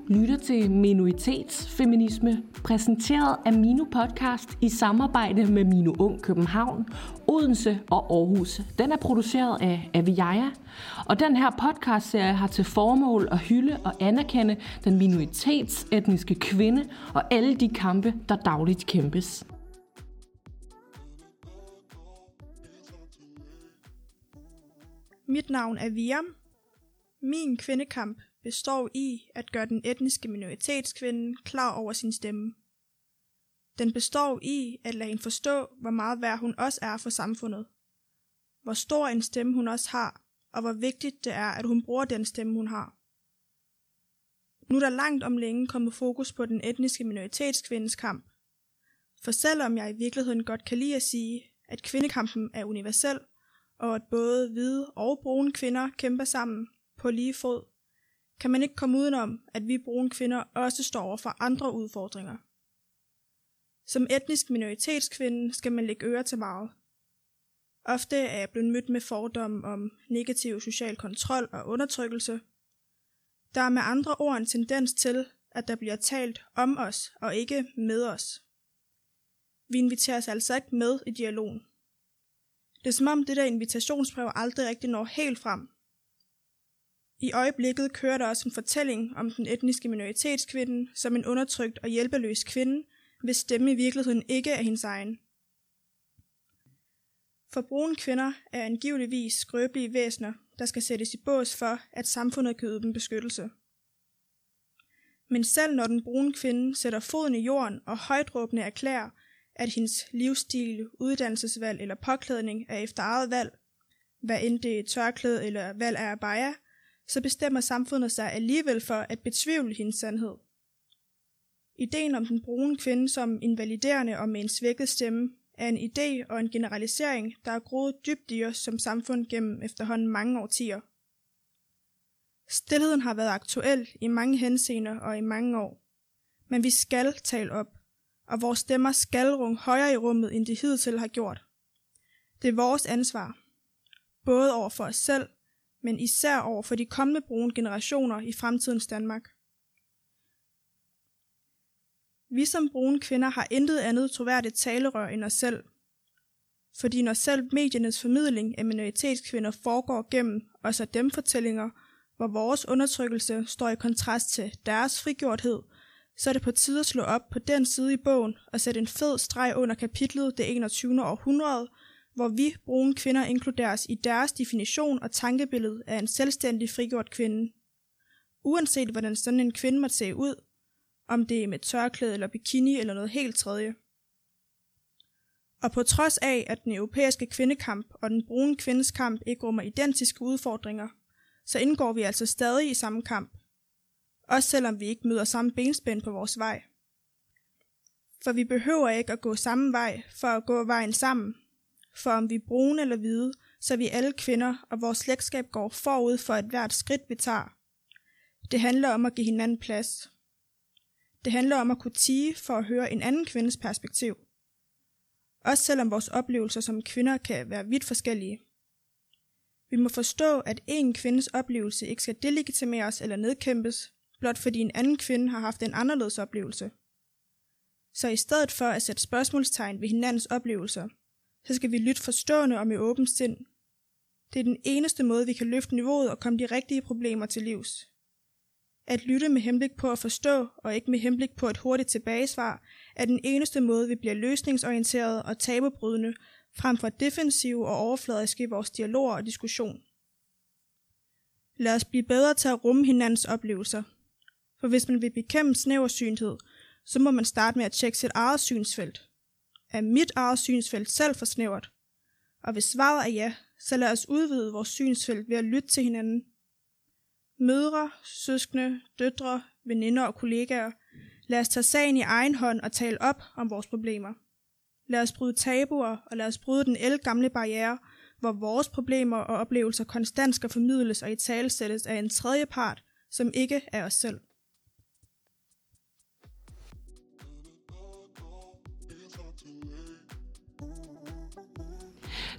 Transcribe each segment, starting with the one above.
lytter til Minoritetsfeminisme, præsenteret af Mino Podcast i samarbejde med Mino Ung København, Odense og Aarhus. Den er produceret af Aviaja, og den her podcastserie har til formål at hylde og anerkende den minoritetsetniske kvinde og alle de kampe, der dagligt kæmpes. Mit navn er Viam. Min kvindekamp består i at gøre den etniske minoritetskvinde klar over sin stemme. Den består i at lade hende forstå, hvor meget værd hun også er for samfundet. Hvor stor en stemme hun også har, og hvor vigtigt det er, at hun bruger den stemme, hun har. Nu er der langt om længe kommet fokus på den etniske minoritetskvindes kamp. For selvom jeg i virkeligheden godt kan lide at sige, at kvindekampen er universel, og at både hvide og brune kvinder kæmper sammen på lige fod, kan man ikke komme udenom, at vi brune kvinder også står over for andre udfordringer. Som etnisk minoritetskvinde skal man lægge øre til meget. Ofte er jeg blevet mødt med fordomme om negativ social kontrol og undertrykkelse. Der er med andre ord en tendens til, at der bliver talt om os og ikke med os. Vi inviteres altså ikke med i dialogen. Det er som om det der invitationsbrev aldrig rigtig når helt frem. I øjeblikket kører der også en fortælling om den etniske minoritetskvinde som en undertrykt og hjælpeløs kvinde, hvis stemme i virkeligheden ikke er hendes egen. For brune kvinder er angiveligvis skrøbelige væsener, der skal sættes i bås for, at samfundet kan yde dem beskyttelse. Men selv når den brune kvinde sætter foden i jorden og højtråbende erklærer, at hendes livsstil, uddannelsesvalg eller påklædning er efter eget valg, hvad end det er tørklæde eller valg af abaya, så bestemmer samfundet sig alligevel for at betvivle hendes sandhed. Ideen om den brune kvinde som invaliderende og med en svækket stemme er en idé og en generalisering, der er groet dybt i os som samfund gennem efterhånden mange årtier. Stilheden har været aktuel i mange henseender og i mange år, men vi skal tale op, og vores stemmer skal runge højere i rummet, end de hidtil har gjort. Det er vores ansvar, både over for os selv, men især over for de kommende brune generationer i fremtidens Danmark. Vi som brune kvinder har intet andet troværdigt talerør end os selv. Fordi når selv mediernes formidling af minoritetskvinder foregår gennem os og dem fortællinger, hvor vores undertrykkelse står i kontrast til deres frigjorthed, så er det på tide at slå op på den side i bogen og sætte en fed streg under kapitlet Det 21. århundrede, hvor vi brune kvinder inkluderes i deres definition og tankebillede af en selvstændig frigjort kvinde. Uanset hvordan sådan en kvinde måtte se ud, om det er med tørklæde eller bikini eller noget helt tredje. Og på trods af, at den europæiske kvindekamp og den brune kvindes kamp ikke rummer identiske udfordringer, så indgår vi altså stadig i samme kamp. Også selvom vi ikke møder samme benspænd på vores vej. For vi behøver ikke at gå samme vej for at gå vejen sammen. For om vi er brune eller hvide, så er vi alle kvinder, og vores slægtskab går forud for et hvert skridt, vi tager. Det handler om at give hinanden plads. Det handler om at kunne tie for at høre en anden kvindes perspektiv. Også selvom vores oplevelser som kvinder kan være vidt forskellige. Vi må forstå, at en kvindes oplevelse ikke skal delegitimeres eller nedkæmpes, blot fordi en anden kvinde har haft en anderledes oplevelse. Så i stedet for at sætte spørgsmålstegn ved hinandens oplevelser, så skal vi lytte forstående og med åbent sind. Det er den eneste måde, vi kan løfte niveauet og komme de rigtige problemer til livs. At lytte med henblik på at forstå, og ikke med henblik på et hurtigt tilbagesvar, er den eneste måde, vi bliver løsningsorienterede og tabubrydende, frem for defensive og overfladiske i vores dialoger og diskussion. Lad os blive bedre til at rumme hinandens oplevelser. For hvis man vil bekæmpe snæversynhed, så må man starte med at tjekke sit eget synsfelt. Er mit eget synsfelt selv for snævert? Og hvis svaret er ja, så lad os udvide vores synsfelt ved at lytte til hinanden. Mødre, søskende, døtre, veninder og kollegaer, lad os tage sagen i egen hånd og tale op om vores problemer. Lad os bryde tabuer, og lad os bryde den ældgamle barriere, hvor vores problemer og oplevelser konstant skal formidles og italesættes af en tredje part, som ikke er os selv.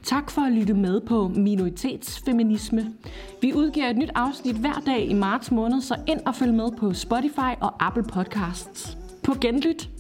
Tak for at lytte med på Minoritetsfeminisme. Vi udgiver et nyt afsnit hver dag i marts måned, så ind og følg med på Spotify og Apple Podcasts. På genlyt!